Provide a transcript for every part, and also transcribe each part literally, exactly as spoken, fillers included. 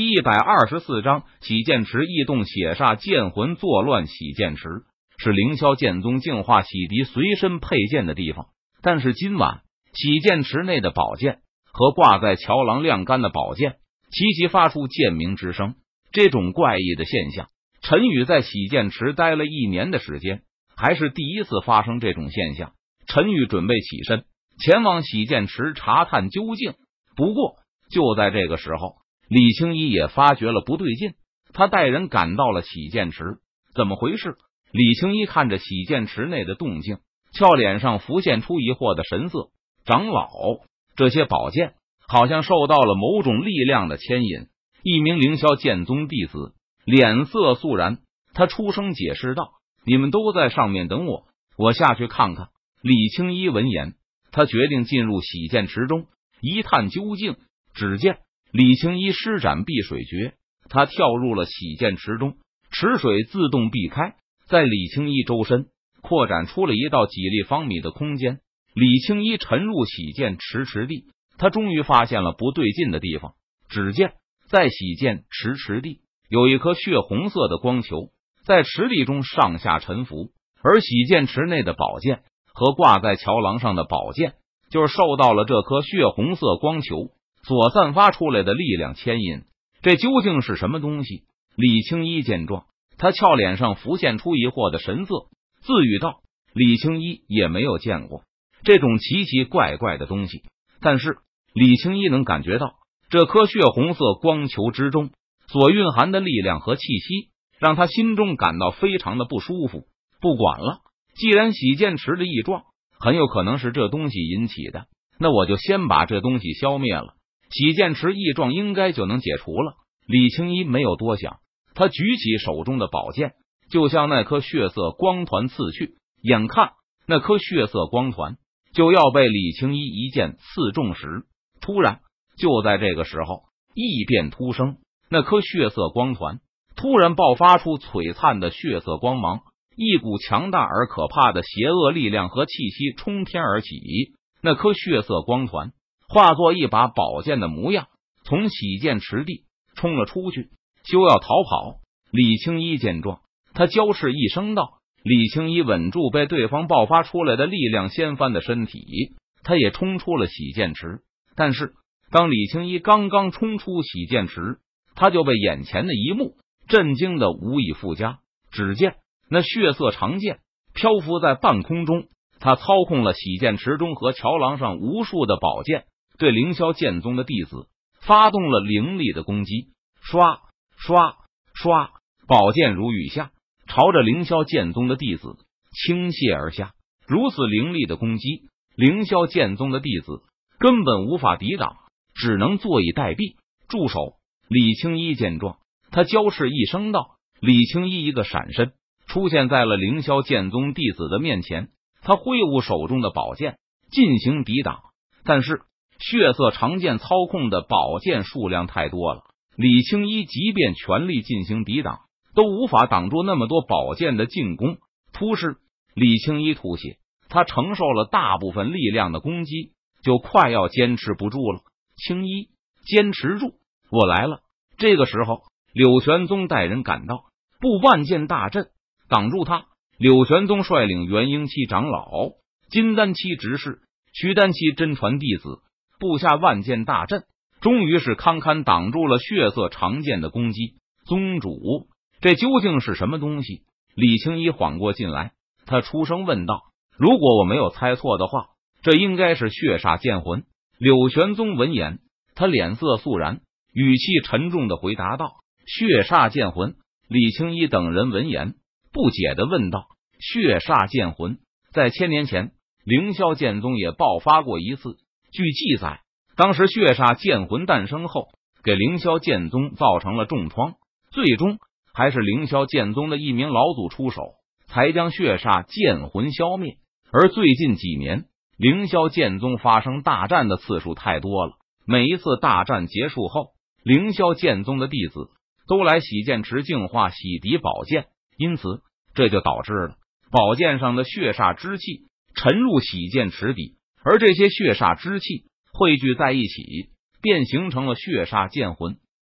一百二十四章洗剑池异动，血煞剑魂作乱。洗剑池是凌霄剑宗净化洗涤随身配件的地方，但是今晚洗剑池内的宝剑和挂在桥廊晾干的宝剑齐齐发出剑鸣之声。这种怪异的现象，陈宇在洗剑池待了一年的时间，还是第一次发生这种现象。陈宇准备起身前往洗剑池查探究竟，不过就在这个时候，李青衣也发觉了不对劲，他带人赶到了洗剑池。怎么回事？李青衣看着洗剑池内的动静，俏脸上浮现出疑惑的神色。长老，这些宝剑好像受到了某种力量的牵引。一名凌霄剑宗弟子脸色肃然，他出声解释道：“你们都在上面等我，我下去看看。”李青衣闻言，他决定进入洗剑池中一探究竟。只见李青衣施展碧水诀，他跳入了洗剑池中，池水自动避开，在李青衣周身扩展出了一道几立方米的空间。李青衣沉入洗剑池池地，他终于发现了不对劲的地方。只见在洗剑池池地有一颗血红色的光球在池地中上下沉浮，而洗剑池内的宝剑和挂在桥廊上的宝剑就是受到了这颗血红色光球所散发出来的力量牵引。这究竟是什么东西？李青衣见状，他俏脸上浮现出疑惑的神色，自语道：“李青衣也没有见过这种奇奇怪怪的东西，但是李青衣能感觉到这颗血红色光球之中所蕴含的力量和气息，让他心中感到非常的不舒服。不管了，既然洗剑池的异状很有可能是这东西引起的，那我就先把这东西消灭了，洗剑池异状应该就能解除了。”李青衣没有多想，他举起手中的宝剑，就向那颗血色光团刺去。眼看那颗血色光团就要被李青衣一剑刺中时，突然就在这个时候，异变突生，那颗血色光团突然爆发出璀璨的血色光芒，一股强大而可怕的邪恶力量和气息冲天而起。那颗血色光团化作一把宝剑的模样，从洗剑池地冲了出去，休要逃跑。李青衣见状，他娇斥一声道：“李青衣稳住被对方爆发出来的力量掀翻的身体，他也冲出了洗剑池。但是当李青衣刚刚冲出洗剑池，他就被眼前的一幕震惊的无以复加。只见那血色长剑漂浮在半空中，他操控了洗剑池中和桥廊上无数的宝剑，对凌霄剑宗的弟子发动了凌厉的攻击。刷刷刷，宝剑如雨下，朝着凌霄剑宗的弟子倾泻而下。如此凌厉的攻击，凌霄剑宗的弟子根本无法抵挡，只能坐以待毙。住手！李青衣见状，他娇斥一声道。李青衣一个闪身出现在了凌霄剑宗弟子的面前，他挥舞手中的宝剑进行抵挡，但是血色长剑操控的宝剑数量太多了，李青衣即便全力进行抵挡，都无法挡住那么多宝剑的进攻。突施，李青衣吐血，他承受了大部分力量的攻击，就快要坚持不住了。青衣，坚持住，我来了。这个时候，柳玄宗带人赶到，布万剑大阵挡住他。柳玄宗率领元婴期长老、金丹期执事、虚丹期真传弟子布下万剑大阵，终于是堪堪挡住了血色长剑的攻击。宗主，这究竟是什么东西？李青衣缓过劲来，他出声问道。如果我没有猜错的话，这应该是血煞剑魂。柳玄宗闻言，他脸色肃然，语气沉重的回答道：血煞剑魂。李青衣等人闻言不解的问道：血煞剑魂，在千年前凌霄剑宗也爆发过一次。据记载，当时血煞剑魂诞生后，给凌霄剑宗造成了重创，最终还是凌霄剑宗的一名老祖出手，才将血煞剑魂消灭。而最近几年，凌霄剑宗发生大战的次数太多了，每一次大战结束后，凌霄剑宗的弟子都来洗剑池净化洗涤宝剑，因此这就导致了宝剑上的血煞之气沉入洗剑池底，而这些血煞之气汇聚在一起，便形成了血煞剑魂。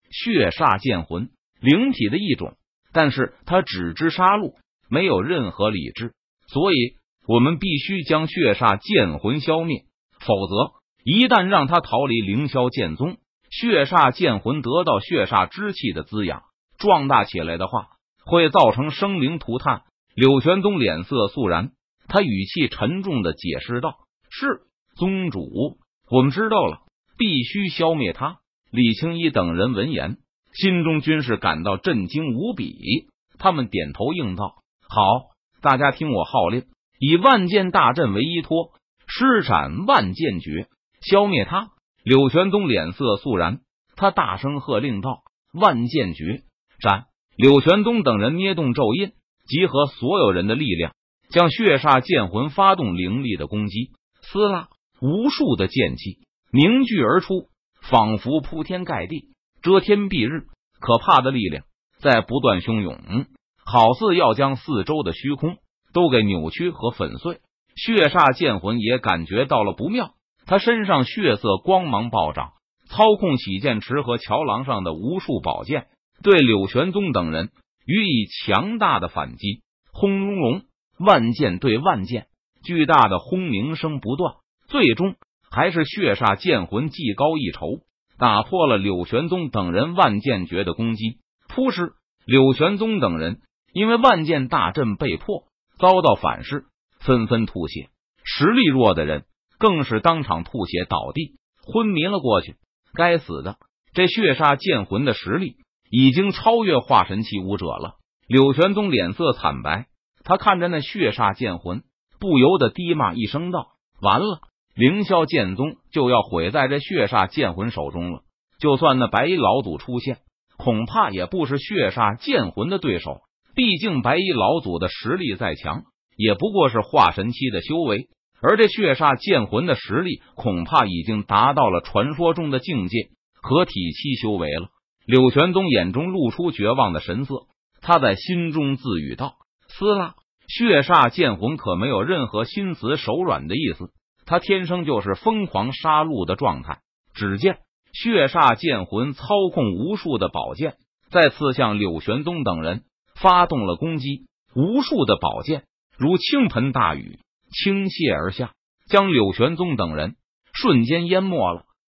血煞剑魂，灵体的一种，但是他只知杀戮，没有任何理智，所以我们必须将血煞剑魂消灭，否则一旦让他逃离凌霄剑宗，血煞剑魂得到血煞之气的滋养，壮大起来的话，会造成生灵涂炭。柳玄宗脸色肃然，他语气沉重的解释道：“是宗主，我们知道了，必须消灭他。”李青衣等人闻言，心中均是感到震惊无比，他们点头应道：“好，大家听我号令，以万剑大阵为依托，施展万剑诀，消灭他。”柳玄宗脸色肃然，他大声喝令道：“万剑诀，斩！”柳玄宗等人捏动咒印，集合所有人的力量，将血煞剑魂发动凌厉的攻击。撕拉，无数的剑气凝聚而出，仿佛铺天盖地，遮天蔽日，可怕的力量在不断汹涌，好似要将四周的虚空都给扭曲和粉碎。血煞剑魂也感觉到了不妙，他身上血色光芒暴涨，操控洗剑池和桥廊上的无数宝剑，对柳玄宗等人予以强大的反击。轰隆隆，万剑对万剑，巨大的轰鸣声不断，最终还是血煞剑魂技高一筹，打破了柳玄宗等人万剑诀的攻击。扑哧，柳玄宗等人因为万剑大阵被破，遭到反噬，纷纷吐血，实力弱的人更是当场吐血倒地，昏迷了过去。该死的，这血煞剑魂的实力已经超越化神期武者了。柳玄宗脸色惨白，他看着那血煞剑魂，不由得低骂一声道：“完了，凌霄剑宗就要毁在这血煞剑魂手中了。就算那白衣老祖出现，恐怕也不是血煞剑魂的对手。毕竟白衣老祖的实力再强，也不过是化神期的修为，而这血煞剑魂的实力恐怕已经达到了传说中的境界和体期修为了。”柳玄宗眼中露出绝望的神色，他在心中自语道：“撕拉，血煞剑魂可没有任何心慈手软的意思，他天生就是疯狂杀戮的状态。”只见血煞剑魂操控无数的宝剑，再次向柳玄宗等人发动了攻击，无数的宝剑如倾盆大雨倾泻而下，将柳玄宗等人瞬间淹没了。